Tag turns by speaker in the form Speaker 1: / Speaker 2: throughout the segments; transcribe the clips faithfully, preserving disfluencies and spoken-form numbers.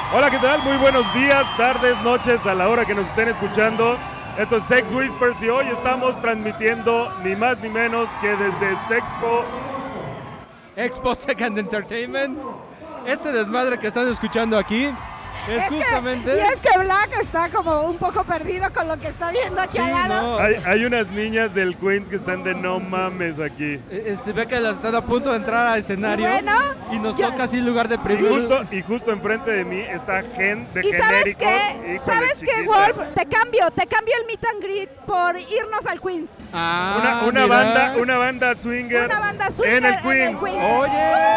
Speaker 1: Hola, ¿qué tal? Muy buenos días, tardes, noches, a la hora que nos estén escuchando. Esto es Sex Whispers y hoy estamos transmitiendo ni más ni menos que desde Sexpo
Speaker 2: Expo Second Entertainment. Este desmadre que están escuchando aquí es,
Speaker 3: es
Speaker 2: justamente...
Speaker 3: Que, y es que Black está como un poco perdido con lo que está viendo aquí
Speaker 2: Sí,
Speaker 3: al lado.
Speaker 2: no.
Speaker 1: Hay, hay unas niñas del Queens que están de no mames aquí.
Speaker 2: Eh, Se ve que las están a punto de entrar al escenario.
Speaker 3: Y bueno,
Speaker 2: y nos
Speaker 3: yo-
Speaker 2: toca así lugar de
Speaker 1: Y
Speaker 2: preview.
Speaker 1: justo, y justo enfrente de mí está Gen de
Speaker 3: ¿Y sabes
Speaker 1: Genéricos.
Speaker 3: qué?
Speaker 1: Híjole,
Speaker 3: ¿Sabes qué,
Speaker 1: chiquita.
Speaker 3: Wolf? Te cambio, te cambio el meet and greet por irnos al Queens.
Speaker 2: Ah,
Speaker 1: Una, una
Speaker 2: mira.
Speaker 1: banda, una banda swinger,
Speaker 3: Una banda swinger
Speaker 1: en el
Speaker 3: en el
Speaker 1: Queens.
Speaker 3: Queens.
Speaker 2: Oye.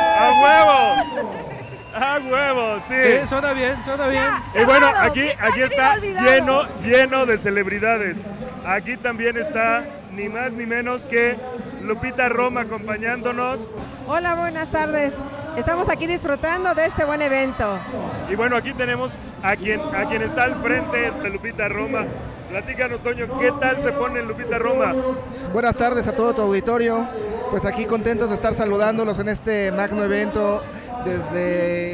Speaker 1: ¡A huevo! ¡A huevo! Sí.
Speaker 2: Sí, suena bien, suena bien.
Speaker 3: Ya.
Speaker 1: Y bueno,
Speaker 3: Cerrado,
Speaker 1: aquí,
Speaker 3: meet and
Speaker 1: aquí
Speaker 3: greet
Speaker 1: está
Speaker 3: olvidado.
Speaker 1: lleno, lleno de celebridades. Aquí también está ni más ni menos que Lupita Roma acompañándonos.
Speaker 4: Hola, buenas tardes. Estamos aquí disfrutando de este buen evento.
Speaker 1: Y bueno, aquí tenemos a quien, a quien está al frente de Lupita Roma. Platícanos, Toño, ¿qué tal se pone Lupita Roma?
Speaker 5: Buenas tardes a todo tu auditorio. Pues aquí contentos de estar saludándolos en este magno evento desde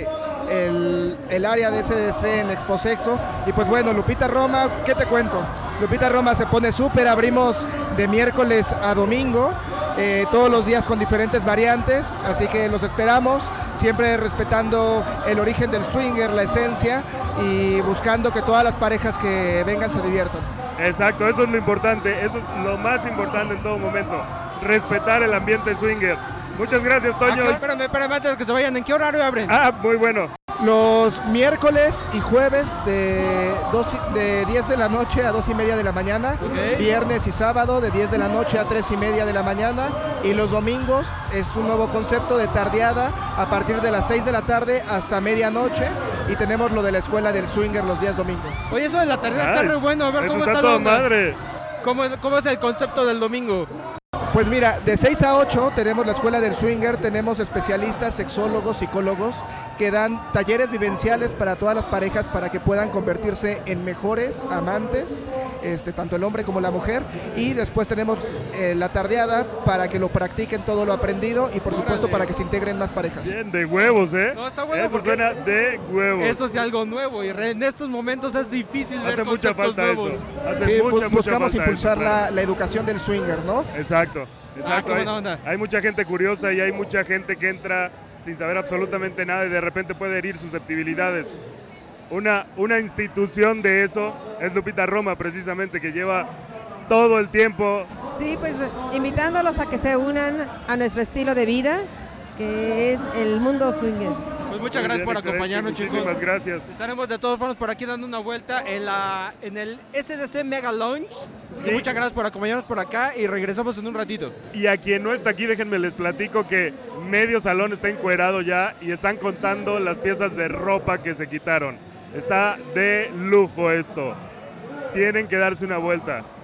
Speaker 5: el, el área de S D C en Expo Sexo. Y pues bueno, Lupita Roma, ¿qué te cuento? Lupita Roma se pone súper, abrimos de miércoles a domingo, eh, todos los días con diferentes variantes, así que los esperamos, siempre respetando el origen del swinger, la esencia, y buscando que todas las parejas que vengan se diviertan.
Speaker 1: Exacto, eso es lo importante, eso es lo más importante en todo momento, respetar el ambiente swinger. Muchas gracias, Toño.
Speaker 2: Acá, espérame, espérame, antes de que se vayan. ¿En qué horario abren?
Speaker 1: Ah, muy bueno.
Speaker 5: Los miércoles y jueves de, dos, de diez de la noche a dos y media de la mañana,
Speaker 2: Ok.
Speaker 5: viernes y sábado de diez de la noche a tres y media de la mañana, y los domingos es un nuevo concepto de tardeada a partir de las seis de la tarde hasta medianoche, y tenemos lo de la escuela del swinger los días domingos.
Speaker 2: Oye, eso de la tarea está
Speaker 1: Ay,
Speaker 2: re bueno. A ver
Speaker 1: eso
Speaker 2: cómo
Speaker 1: está
Speaker 2: está,
Speaker 1: toda
Speaker 2: la onda.
Speaker 1: madre.
Speaker 2: ¿Cómo es, ¿Cómo es el concepto del domingo?
Speaker 5: Pues mira, de seis a ocho tenemos la escuela del swinger, tenemos especialistas, sexólogos, psicólogos que dan talleres vivenciales para todas las parejas para que puedan convertirse en mejores amantes, este, tanto el hombre como la mujer, y después tenemos eh, la tardeada para que lo practiquen todo lo aprendido y por supuesto
Speaker 2: Órale.
Speaker 5: para que se integren más parejas.
Speaker 1: Bien, de huevos, ¿eh?
Speaker 2: No, está bueno
Speaker 1: Eso
Speaker 2: porque-
Speaker 1: suena de huevos.
Speaker 2: Eso es algo nuevo y re- en estos momentos es difícil ver
Speaker 1: Hace mucha
Speaker 2: conceptos
Speaker 1: falta
Speaker 2: nuevos.
Speaker 1: eso. Hace
Speaker 5: Sí,
Speaker 1: mucha,
Speaker 5: bu-
Speaker 1: mucha
Speaker 5: buscamos
Speaker 1: falta
Speaker 5: impulsar
Speaker 1: eso,
Speaker 5: la,
Speaker 1: claro.
Speaker 5: la educación del swinger, ¿no?
Speaker 1: Exacto, exacto.
Speaker 2: qué
Speaker 1: hay,
Speaker 2: buena onda.
Speaker 1: hay mucha gente curiosa y hay mucha gente que entra sin saber absolutamente nada y de repente puede herir susceptibilidades. Una, una institución de eso es Lupita Roma, precisamente, que lleva todo el tiempo.
Speaker 4: Sí, pues invitándolos a que se unan a nuestro estilo de vida, que es el mundo swinger.
Speaker 2: Pues muchas
Speaker 1: Muy
Speaker 2: gracias
Speaker 1: bien,
Speaker 2: por
Speaker 1: excelente,
Speaker 2: acompañarnos, chicos.
Speaker 1: Muchísimas gracias.
Speaker 2: Estaremos de todas formas por aquí dando una vuelta en la en el S D C Mega Lounge. Así que
Speaker 1: Sí.
Speaker 2: muchas gracias por acompañarnos por acá y regresamos en un ratito.
Speaker 1: Y a quien no está aquí, déjenme les platico que medio salón está encuerado ya y están contando las piezas de ropa que se quitaron. Está de lujo esto. Tienen que darse una vuelta.